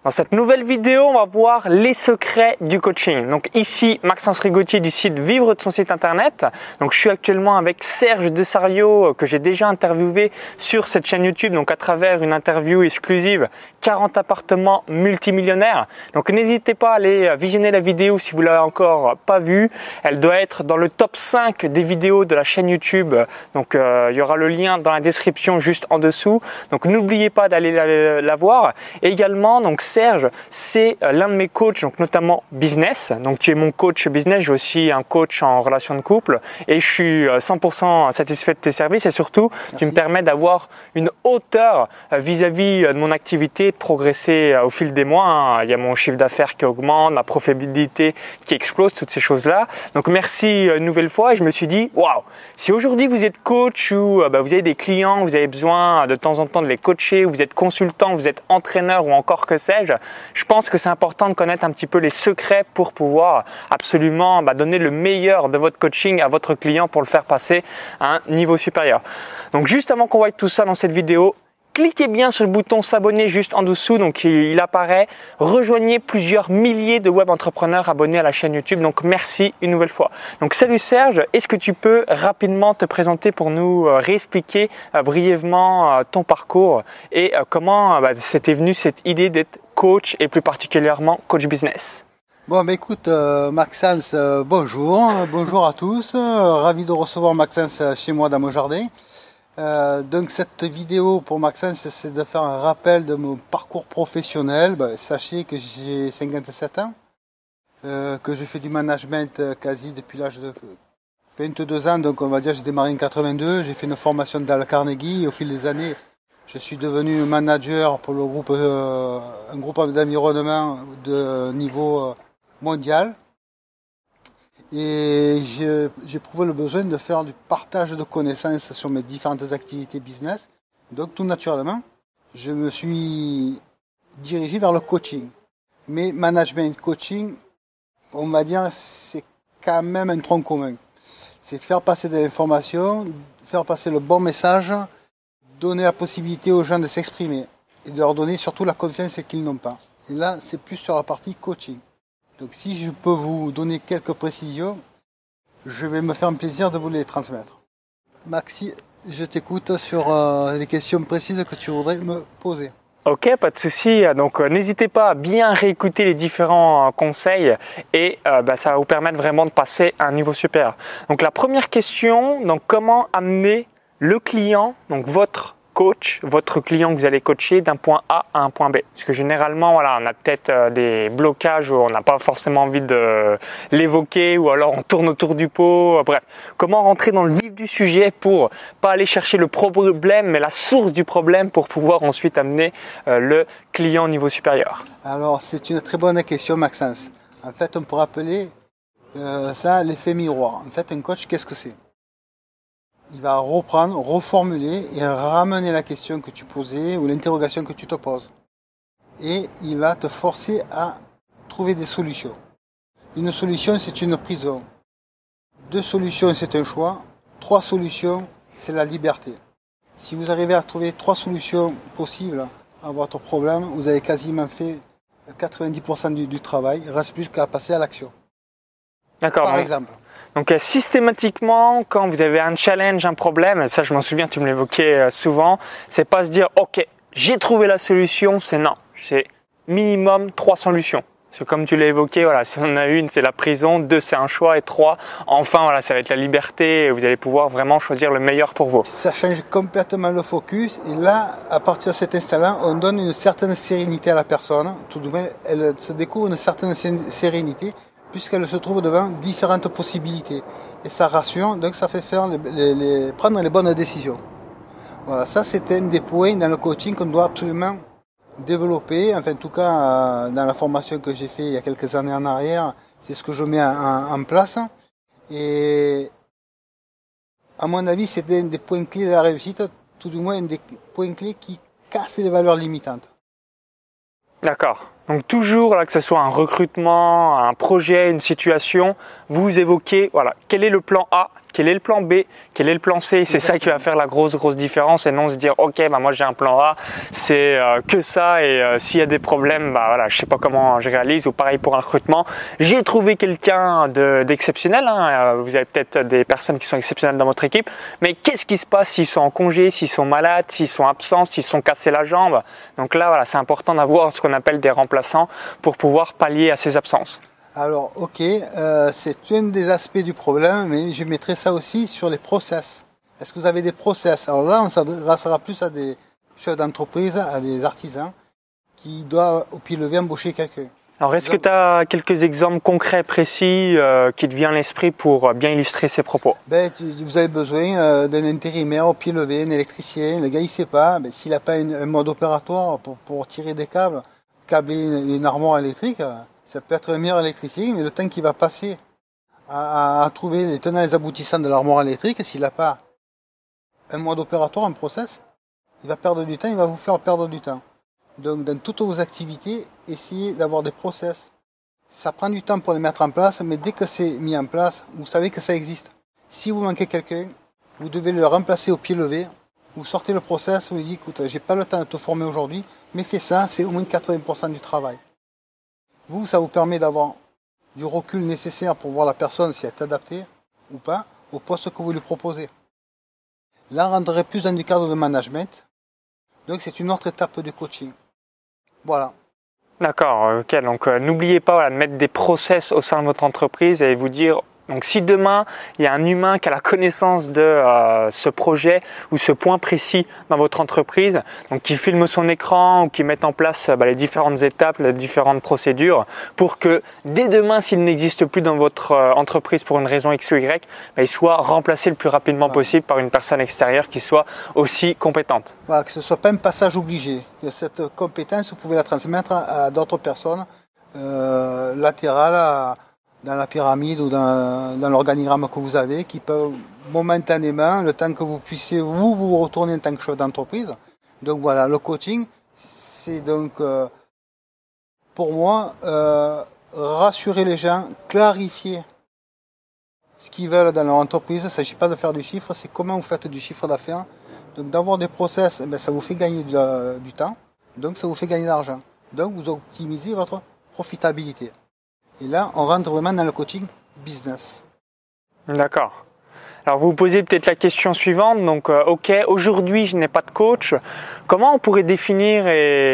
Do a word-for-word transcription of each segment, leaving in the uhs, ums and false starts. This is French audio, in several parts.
Dans cette nouvelle vidéo, on va voir les secrets du coaching. Donc ici, Maxence Rigotier du site Vivre de son site internet. Donc je suis actuellement avec Serge Dessario que j'ai déjà interviewé sur cette chaîne YouTube. Donc à travers une interview exclusive, quarante appartements multimillionnaires. Donc n'hésitez pas à aller visionner la vidéo si vous l'avez encore pas vue. Elle doit être dans le top cinq des vidéos de la chaîne YouTube. Donc euh, il y aura le lien dans la description juste en dessous. Donc n'oubliez pas d'aller la, la voir. Et également, donc Serge, c'est l'un de mes coachs, donc notamment business. Donc tu es mon coach business, j'ai aussi un coach en relation de couple et je suis cent pour cent satisfait de tes services et surtout Merci. Tu me permets d'avoir une hauteur vis-à-vis de mon activité, de progresser au fil des mois. Il y a mon chiffre d'affaires qui augmente, ma profitabilité qui explose, toutes ces choses-là. Donc merci une nouvelle fois et je me suis dit, waouh, si aujourd'hui vous êtes coach ou bah, vous avez des clients, vous avez besoin de temps en temps de les coacher, vous êtes consultant, vous êtes entraîneur ou encore que sais-je, je pense que c'est important de connaître un petit peu les secrets pour pouvoir absolument bah, donner le meilleur de votre coaching à votre client pour le faire passer à un niveau supérieur. Donc juste avant qu'on voie tout ça dans cette vidéo, cliquez bien sur le bouton s'abonner juste en dessous, donc il apparaît. Rejoignez plusieurs milliers de web entrepreneurs abonnés à la chaîne YouTube, donc merci une nouvelle fois. Donc salut Serge, est-ce que tu peux rapidement te présenter pour nous euh, réexpliquer euh, brièvement euh, ton parcours et euh, comment euh, bah, c'était venu cette idée d'être coach et plus particulièrement coach business? Bon, bah écoute, euh, Maxence, euh, bonjour, bonjour à tous, euh, ravi de recevoir Maxence chez moi dans mon jardin. Euh, donc cette vidéo pour Maxence, c'est de faire un rappel de mon parcours professionnel. Ben, sachez que j'ai cinquante-sept ans, euh, que j'ai fait du management quasi depuis l'âge de vingt-deux ans, donc on va dire j'ai démarré en quatre-vingt-deux, j'ai fait une formation dans le Carnegie et au fil des années je suis devenu manager pour le groupe, euh, un groupe d'environnement de niveau mondial. Et j'ai éprouvé le besoin de faire du partage de connaissances sur mes différentes activités business. Donc tout naturellement, je me suis dirigé vers le coaching. Mais management coaching, on va dire, c'est quand même un tronc commun. C'est faire passer de l'information, faire passer le bon message, donner la possibilité aux gens de s'exprimer et de leur donner surtout la confiance qu'ils n'ont pas. Et là, c'est plus sur la partie coaching. Donc si je peux vous donner quelques précisions, je vais me faire un plaisir de vous les transmettre. Maxi, je t'écoute sur euh, les questions précises que tu voudrais me poser. Ok, pas de souci. Donc euh, n'hésitez pas à bien réécouter les différents euh, conseils et euh, bah, ça va vous permettre vraiment de passer à un niveau supérieur. Donc la première question, donc comment amener le client, donc votre coach, votre client que vous allez coacher d'un point A à un point B. Parce que généralement, voilà, on a peut-être euh, des blocages où on n'a pas forcément envie de l'évoquer ou alors on tourne autour du pot. Euh, bref, comment rentrer dans le vif du sujet pour pas aller chercher le problème, mais la source du problème pour pouvoir ensuite amener euh, le client au niveau supérieur. Alors, c'est une très bonne question, Maxence. En fait, on pourrait appeler euh, ça l'effet miroir. En fait, un coach, qu'est-ce que c'est? Il va reprendre, reformuler et ramener la question que tu posais ou l'interrogation que tu te poses. Et il va te forcer à trouver des solutions. Une solution, c'est une prison. Deux solutions, c'est un choix. Trois solutions, c'est la liberté. Si vous arrivez à trouver trois solutions possibles à votre problème, vous avez quasiment fait quatre-vingt-dix pour cent du, du travail. Il ne reste plus qu'à passer à l'action. D'accord. Par donc, exemple. Donc systématiquement, quand vous avez un challenge, un problème, ça je m'en souviens, tu me l'évoquais souvent, c'est pas se dire ok, j'ai trouvé la solution, c'est non, c'est minimum trois solutions. Parce que comme tu l'as évoqué, voilà, si on en a une, c'est la prison, deux, c'est un choix, et trois, enfin voilà, ça va être la liberté, et vous allez pouvoir vraiment choisir le meilleur pour vous. Ça change complètement le focus, et là, à partir de cet instant-là, on donne une certaine sérénité à la personne, tout de même, elle se découvre une certaine sérénité, puisqu'elle se trouve devant différentes possibilités. Et ça rassure, donc ça fait faire les, les, les, prendre les bonnes décisions. Voilà, ça c'est un des points dans le coaching qu'on doit absolument développer. Enfin, en tout cas, dans la formation que j'ai fait il y a quelques années en arrière, c'est ce que je mets en, en place. Et à mon avis, c'est un des points clés de la réussite, tout du moins un des points clés qui casse les valeurs limitantes. D'accord. Donc toujours, là, que ce soit un recrutement, un projet, une situation, vous évoquez, voilà, quel est le plan A, quel est le plan B, quel est le plan C. C'est ça qui va faire la grosse, grosse différence et non se dire, ok, bah moi j'ai un plan A, c'est euh, que ça et euh, s'il y a des problèmes, bah voilà, je sais pas comment je réalise. Ou pareil pour un recrutement, j'ai trouvé quelqu'un de, d'exceptionnel. Hein. Vous avez peut-être des personnes qui sont exceptionnelles dans votre équipe, mais qu'est-ce qui se passe s'ils sont en congé, s'ils sont malades, s'ils sont absents, s'ils sont cassés la jambe. Donc là, voilà, c'est important d'avoir ce qu'on appelle des remplaçants pour pouvoir pallier à ces absences. Alors, ok, euh, c'est un des aspects du problème, mais je mettrai ça aussi sur les process. Est-ce que vous avez des process? Alors là, on s'adressera plus à des chefs d'entreprise, à des artisans qui doivent au pied levé embaucher quelqu'un. Alors, est-ce que tu as quelques exemples concrets, précis, euh, qui te viennent à l'esprit pour bien illustrer ces propos? Ben, tu, vous avez besoin euh, d'un intérimaire au pied levé, un électricien. Le gars, il sait pas. Ben, s'il n'a pas une, un mode opératoire pour, pour tirer des câbles, câbler une, une armoire électrique, ça peut être le meilleur électricien, mais le temps qu'il va passer à, à, à trouver les tenants et les aboutissants de l'armoire électrique, s'il n'a pas un mode opératoire, un process, il va perdre du temps, il va vous faire perdre du temps. Donc, dans toutes vos activités, essayez d'avoir des process. Ça prend du temps pour les mettre en place, mais dès que c'est mis en place, vous savez que ça existe. Si vous manquez quelqu'un, vous devez le remplacer au pied levé. Vous sortez le process, vous dites, écoute, j'ai pas le temps de te former aujourd'hui, mais fais ça, c'est au moins quatre-vingts pour cent du travail. Vous, ça vous permet d'avoir du recul nécessaire pour voir la personne si elle est adaptée ou pas au poste que vous lui proposez. Là, on rentrerait plus dans du cadre de management. Donc, c'est une autre étape du coaching. Voilà. D'accord, ok. Donc, euh, n'oubliez pas voilà, de mettre des process au sein de votre entreprise et vous dire, donc si demain, il y a un humain qui a la connaissance de euh, ce projet ou ce point précis dans votre entreprise, donc qui filme son écran ou qui met en place bah, les différentes étapes, les différentes procédures pour que dès demain, s'il n'existe plus dans votre euh, entreprise pour une raison X ou Y, bah, il soit remplacé le plus rapidement voilà. possible par une personne extérieure qui soit aussi compétente. Voilà, que ce ne soit pas un passage obligé, que cette compétence, vous pouvez la transmettre à, à d'autres personnes euh, latérales à dans la pyramide ou dans, dans l'organigramme que vous avez, qui peuvent momentanément, le temps que vous puissiez vous vous retourner en tant que chef d'entreprise. Donc voilà, le coaching, c'est donc euh, pour moi euh, rassurer les gens, clarifier ce qu'ils veulent dans leur entreprise. Il ne s'agit pas de faire du chiffre, c'est comment vous faites du chiffre d'affaires. Donc d'avoir des process, eh bien, ça vous fait gagner du, euh, du temps, donc ça vous fait gagner de l'argent. Donc vous optimisez votre profitabilité. Et là, on rentre vraiment dans le coaching business. D'accord. Alors vous vous posez peut-être la question suivante, donc euh, ok, aujourd'hui je n'ai pas de coach, comment on pourrait définir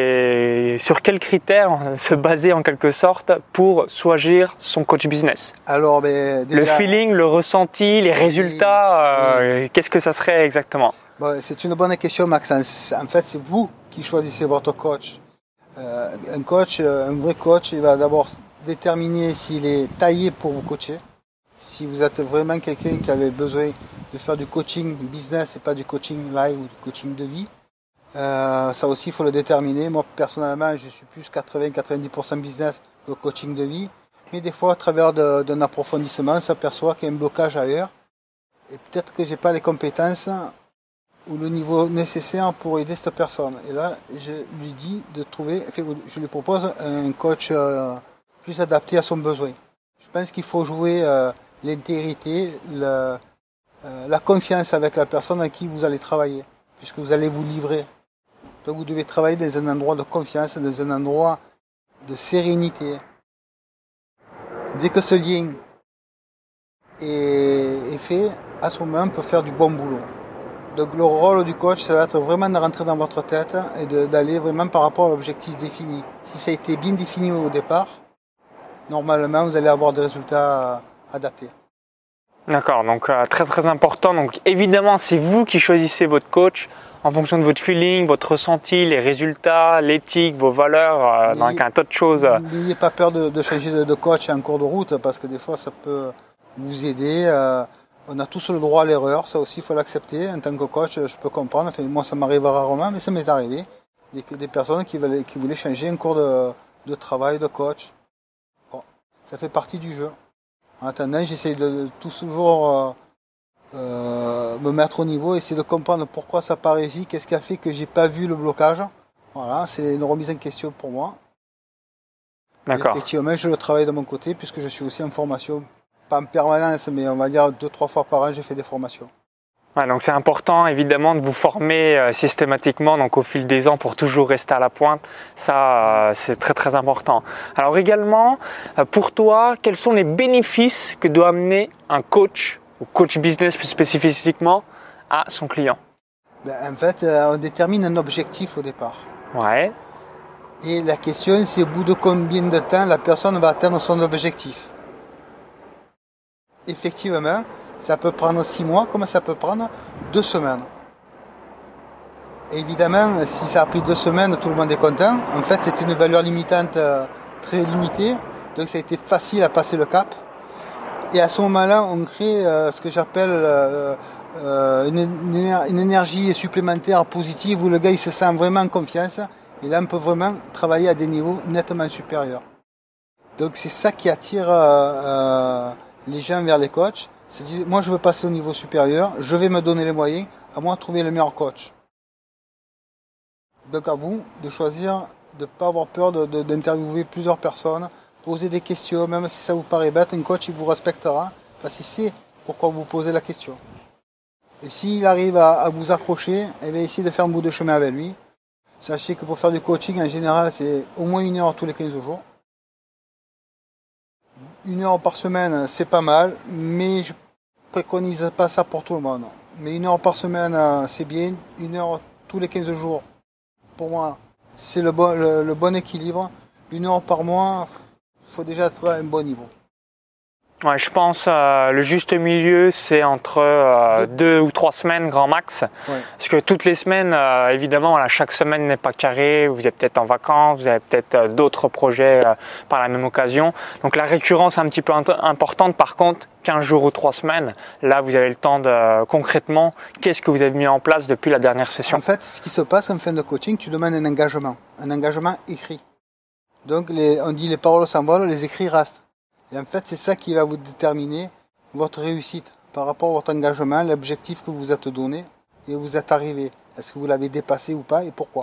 et sur quels critères se baser en quelque sorte pour choisir son coach business? Alors, ben, déjà, le feeling, le ressenti, les résultats, oui, euh, oui. Qu'est-ce que ça serait exactement? Bon, c'est une bonne question, Maxence. En fait, c'est vous qui choisissez votre coach. Euh, un coach, un vrai coach, il va d'abord déterminer s'il est taillé pour vous coacher. Si vous êtes vraiment quelqu'un qui avait besoin de faire du coaching business et pas du coaching live ou du coaching de vie, euh, ça aussi il faut le déterminer. Moi personnellement je suis plus quatre-vingts à quatre-vingt-dix pour cent business que coaching de vie, mais des fois à travers de, d'un approfondissement on s'aperçoit qu'il y a un blocage ailleurs et peut-être que j'ai pas les compétences ou le niveau nécessaire pour aider cette personne. Et là je lui dis de trouver, enfin, je lui propose un coach euh, plus adapté à son besoin. Je pense qu'il faut jouer euh, l'intégrité, le, euh, la confiance avec la personne à qui vous allez travailler, puisque vous allez vous livrer. Donc vous devez travailler dans un endroit de confiance, dans un endroit de sérénité. Dès que ce lien est, est fait, à ce moment on peut faire du bon boulot. Donc le rôle du coach, ça va être vraiment de rentrer dans votre tête et de, d'aller vraiment par rapport à l'objectif défini. Si ça a été bien défini au départ, normalement, vous allez avoir des résultats adaptés. D'accord, donc euh, très très important. Donc évidemment, c'est vous qui choisissez votre coach en fonction de votre feeling, votre ressenti, les résultats, l'éthique, vos valeurs, euh, donc un tas de choses. N'ayez pas peur de, de changer de, de coach en cours de route parce que des fois, ça peut vous aider. Euh, on a tous le droit à l'erreur, ça aussi, il faut l'accepter. En tant que coach, je peux comprendre. Enfin, moi, ça m'arrive rarement, mais ça m'est arrivé. Des, des personnes qui voulaient, qui voulaient changer un cours de, de travail, de coach. Ça fait partie du jeu. En attendant, j'essaie de, de toujours euh, euh, me mettre au niveau, essayer de comprendre pourquoi ça part ici, qu'est-ce qui a fait que j'ai pas vu le blocage. Voilà, c'est une remise en question pour moi. D'accord. Effectivement, je le travaille de mon côté puisque je suis aussi en formation, pas en permanence, mais on va dire deux, trois fois par an, j'ai fait des formations. Ouais, donc c'est important évidemment de vous former euh, systématiquement donc au fil des ans pour toujours rester à la pointe. Ça, euh, c'est très très important. Alors également, euh, pour toi, quels sont les bénéfices que doit amener un coach ou coach business plus spécifiquement à son client? Ben, en fait, euh, on détermine un objectif au départ. Ouais. Et la question, c'est au bout de combien de temps la personne va atteindre son objectif. Effectivement, ça peut prendre six mois, comme ça peut prendre deux semaines. Évidemment, si ça a pris deux semaines, tout le monde est content. En fait, c'est une valeur limitante euh, très limitée, donc ça a été facile à passer le cap. Et à ce moment-là, on crée euh, ce que j'appelle euh, euh, une, une énergie supplémentaire positive où le gars il se sent vraiment en confiance. Et là, on peut vraiment travailler à des niveaux nettement supérieurs. Donc c'est ça qui attire euh, euh, les gens vers les coachs. C'est-à-dire, moi je veux passer au niveau supérieur, je vais me donner les moyens, à moi de trouver le meilleur coach. Donc à vous de choisir, de ne pas avoir peur de, de, d'interviewer plusieurs personnes, poser des questions, même si ça vous paraît bête, un coach il vous respectera, parce qu'il sait pourquoi vous posez la question. Et s'il arrive à, à vous accrocher, eh bien, essayez de faire un bout de chemin avec lui. Sachez que pour faire du coaching, en général, c'est au moins une heure tous les quinze jours. Une heure par semaine, c'est pas mal, mais je préconise pas ça pour tout le monde. Mais une heure par semaine, c'est bien. Une heure tous les quinze jours, pour moi, c'est le bon, le, le bon équilibre. Une heure par mois, il faut déjà être à un bon niveau. Ouais, je pense euh, le juste milieu, c'est entre euh, deux ou trois semaines grand max. Ouais. Parce que toutes les semaines, euh, évidemment, voilà, chaque semaine n'est pas carré. Vous êtes peut-être en vacances, vous avez peut-être euh, d'autres projets euh, par la même occasion. Donc la récurrence est un petit peu int- importante. Par contre, quinze jours ou trois semaines, là, vous avez le temps de euh, concrètement, qu'est-ce que vous avez mis en place depuis la dernière session? En fait, ce qui se passe en fin de coaching, tu demandes un engagement, un engagement écrit. Donc les, on dit les paroles s'envolent, les écrits restent. Et en fait, c'est ça qui va vous déterminer votre réussite par rapport à votre engagement, l'objectif que vous vous êtes donné et où vous êtes arrivé. Est-ce que vous l'avez dépassé ou pas et pourquoi?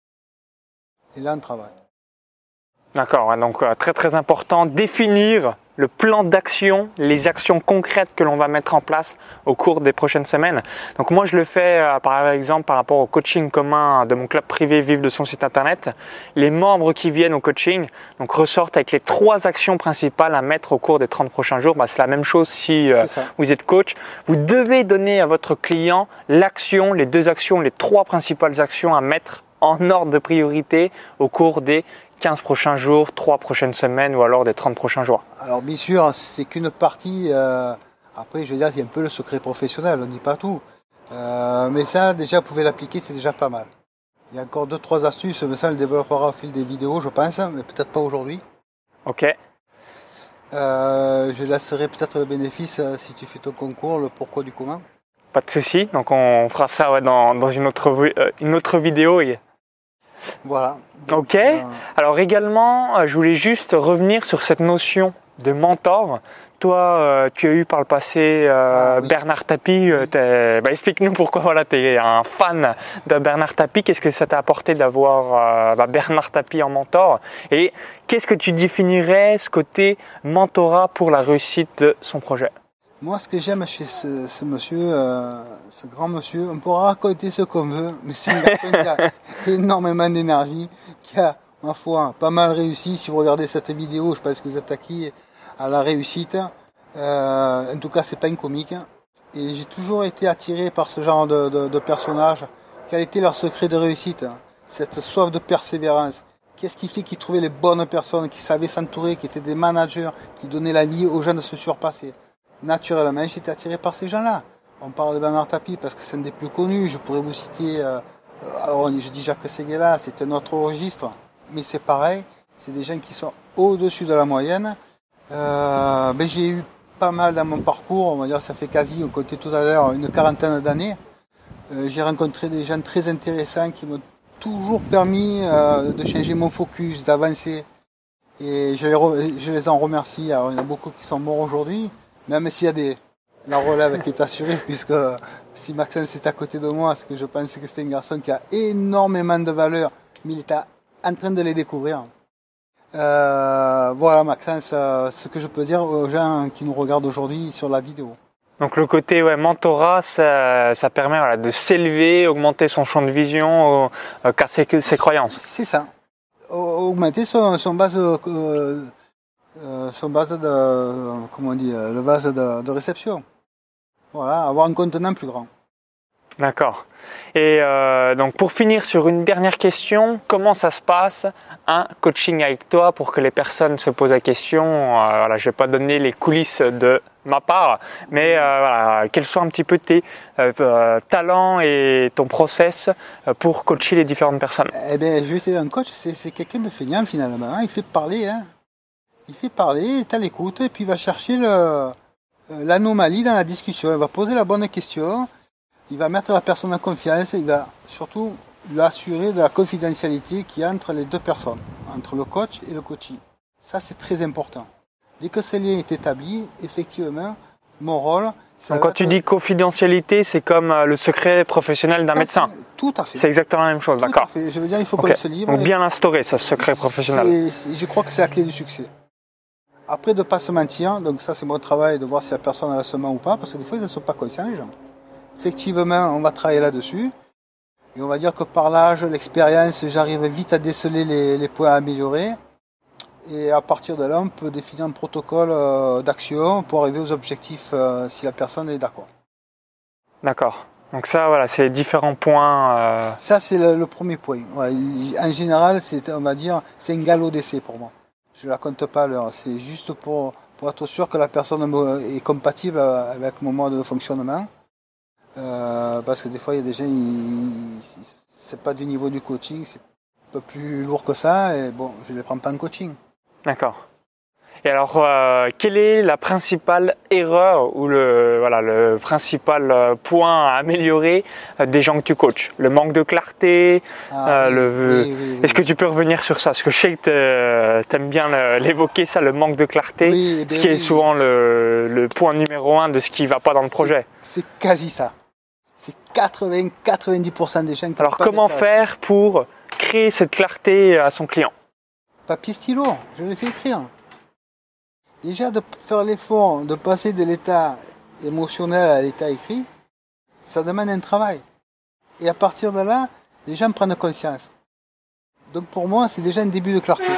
Et là, on travaille. D'accord, donc euh, très très important, définir le plan d'action, les actions concrètes que l'on va mettre en place au cours des prochaines semaines. Donc moi je le fais euh, par exemple par rapport au coaching commun de mon club privé Vivre de son site internet. Les membres qui viennent au coaching donc ressortent avec les trois actions principales à mettre au cours des trente prochains jours. Bah, c'est la même chose si euh, vous êtes coach. Vous devez donner à votre client l'action, les deux actions, les trois principales actions à mettre en ordre de priorité au cours des quinze prochains jours, trois prochaines semaines ou alors des trente prochains jours. Alors bien sûr, c'est qu'une partie, euh, après je veux dire, c'est un peu le secret professionnel, on ne dit pas tout. Euh, mais ça, déjà, vous pouvez l'appliquer, c'est déjà pas mal. Il y a encore deux, trois astuces, mais ça, on le développera au fil des vidéos, je pense, mais peut-être pas aujourd'hui. Ok. Euh, je laisserai peut-être le bénéfice, euh, si tu fais ton concours, le pourquoi du comment. Pas de souci, donc on fera ça ouais, dans, dans une, autre, euh, une autre vidéo. Et... Voilà. Ok. Alors également, je voulais juste revenir sur cette notion de mentor. Toi, euh, tu as eu par le passé euh, ah, oui. Bernard Tapie. Oui. Bah, explique-nous pourquoi voilà, tu es un fan de Bernard Tapie. Qu'est-ce que ça t'a apporté d'avoir euh, bah, Bernard Tapie en mentor? Et qu'est-ce que tu définirais ce côté mentorat pour la réussite de son projet? Moi, ce que j'aime chez ce, ce monsieur, euh, ce grand monsieur, on pourra raconter ce qu'on veut, mais c'est une personne qui a énormément d'énergie, qui a, ma foi, pas mal réussi. Si vous regardez cette vidéo, je pense que vous êtes acquis à la réussite. Euh, en tout cas, c'est pas une comique. Et j'ai toujours été attiré par ce genre de, de, de personnage. Quel était leur secret de réussite? Cette soif de persévérance. Qu'est-ce qui fait qu'ils trouvaient les bonnes personnes, qui savaient s'entourer, qui étaient des managers, qui donnaient la vie aux gens de se surpasser? Naturellement, j'étais attiré par ces gens-là. On parle de Bernard Tapie parce que c'est un des plus connus. Je pourrais vous citer, euh, alors je dis Jacques Séguéla, c'est un autre registre, mais c'est pareil. C'est des gens qui sont au-dessus de la moyenne. Euh, ben j'ai eu pas mal dans mon parcours, on va dire, ça fait quasi, on comptait tout à l'heure, une quarantaine d'années. Euh, j'ai rencontré des gens très intéressants qui m'ont toujours permis euh, de changer mon focus, d'avancer. Et je les, je les en remercie. Alors, il y en a beaucoup qui sont morts aujourd'hui. Même s'il y a des, la relève qui est assurée, puisque si Maxence est à côté de moi, parce que je pense que c'est un garçon qui a énormément de valeur, mais il est en train de les découvrir. Euh, voilà Maxence, euh, ce que je peux dire aux gens qui nous regardent aujourd'hui sur la vidéo. Donc le côté ouais, mentorat, ça, ça permet voilà, de s'élever, augmenter son champ de vision, euh, casser ses croyances. C'est ça. Augmenter son, son base, euh, euh, son base de, comment on dit, le base de, de réception. Voilà, avoir un contenant plus grand. D'accord. Et euh, donc pour finir sur une dernière question, comment ça se passe un coaching avec toi pour que les personnes se posent la question. Euh, voilà, je vais pas donner les coulisses de ma part, mais euh, voilà, quels sont un petit peu tes euh, euh, talents et ton process pour coacher les différentes personnes. Eh bien, je vais te dire, un coach, c'est quelqu'un de feignant finalement. Il fait parler, hein. Il fait parler, il est à l'écoute et puis il va chercher l'anomalie dans la discussion. Il va poser la bonne question. Il va mettre la personne en confiance et il va surtout lui assurer de la confidentialité qu'il y a entre les deux personnes, entre le coach et le coachee. Ça, c'est très important. Dès que ce lien est établi, effectivement, mon rôle... Donc quand tu dis confidentialité, c'est comme le secret professionnel d'un médecin. Tout à fait. C'est exactement la même chose, d'accord. Je veux dire, il faut okay. qu'on se livre. Donc bien l'instaurer, ce secret professionnel. Je crois que c'est la clé du succès. Après, de ne pas se mentir, donc ça c'est mon travail de voir si la personne a la semente ou pas, parce que des fois, ils ne sont pas conscients, les gens. Effectivement, on va travailler là-dessus. Et on va dire que par l'âge, l'expérience, j'arrive vite à déceler les, les points à améliorer. Et à partir de là, on peut définir un protocole euh, d'action pour arriver aux objectifs euh, si la personne est d'accord. D'accord. Donc ça, voilà, c'est différents points. Euh... Ça, c'est le, le premier point. Ouais, en général, c'est, on va dire, c'est un galop d'essai pour moi. Je la compte pas l'heure. C'est juste pour, pour être sûr que la personne est compatible avec mon mode de fonctionnement. Euh, parce que des fois il y a des gens, ils, c'est pas du niveau du coaching, c'est un peu plus lourd que ça, et bon, je les prends pas en coaching. D'accord. Et alors, euh, quelle est la principale erreur ou le voilà le principal point à améliorer des gens que tu coaches? Le manque de clarté. Ah, euh, oui, le, oui, oui, oui, Est-ce oui. que tu peux revenir sur ça? Parce que je sais que tu aimes bien l'évoquer, ça, le manque de clarté, oui, ce qui oui, est souvent le, le point numéro un de ce qui va pas dans le projet. C'est quasi ça. C'est quatre-vingts à quatre-vingt-dix pour cent des gens qui Alors comment faire pour créer cette clarté à son client? Papier stylo, je l'ai fait écrire. Déjà de faire l'effort de passer de l'état émotionnel à l'état écrit, ça demande un travail. Et à partir de là, les gens prennent conscience. Donc pour moi, c'est déjà un début de clarté.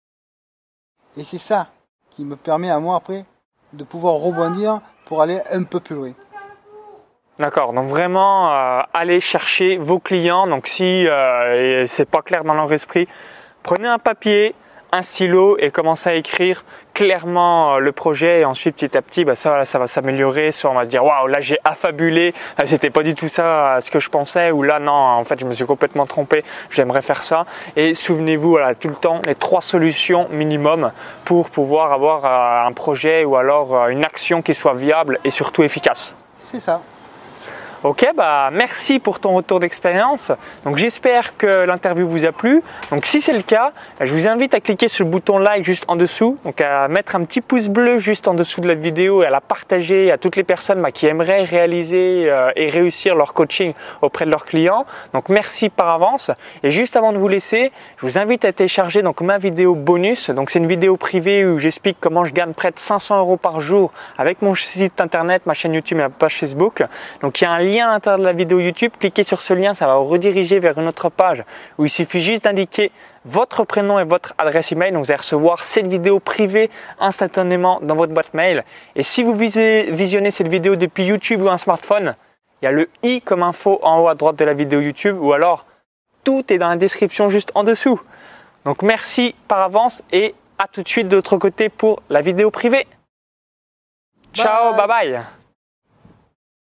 Et c'est ça qui me permet à moi après de pouvoir rebondir pour aller un peu plus loin. D'accord, donc vraiment euh, allez chercher vos clients. Donc si euh, c'est pas clair dans leur esprit, prenez un papier, un stylo et commencez à écrire clairement euh, le projet. Et ensuite petit à petit, bah, ça, ça va s'améliorer. Soit on va se dire waouh, là j'ai affabulé, c'était pas du tout ça ce que je pensais, ou là non, en fait je me suis complètement trompé, j'aimerais faire ça. Et souvenez-vous, voilà, tout le temps les trois solutions minimum pour pouvoir avoir euh, un projet ou alors euh, une action qui soit viable et surtout efficace. C'est ça. Ok, bah merci pour ton retour d'expérience. Donc j'espère que l'interview vous a plu. Donc si c'est le cas, je vous invite à cliquer sur le bouton like juste en dessous, donc à mettre un petit pouce bleu juste en dessous de la vidéo et à la partager à toutes les personnes bah, qui aimeraient réaliser euh, et réussir leur coaching auprès de leurs clients. Donc merci par avance. Et juste avant de vous laisser, je vous invite à télécharger donc ma vidéo bonus. Donc c'est une vidéo privée où j'explique comment je gagne près de cinq cents euros par jour avec mon site internet, ma chaîne YouTube et ma page Facebook. Donc il y a un lien à l'intérieur de la vidéo YouTube, cliquez sur ce lien, ça va vous rediriger vers une autre page où il suffit juste d'indiquer votre prénom et votre adresse email. Donc vous allez recevoir cette vidéo privée instantanément dans votre boîte mail. Et si vous visez, visionnez cette vidéo depuis YouTube ou un smartphone, il y a le i comme info en haut à droite de la vidéo YouTube, ou alors tout est dans la description juste en dessous. Donc merci par avance et à tout de suite de l'autre côté pour la vidéo privée. Ciao, bye bye.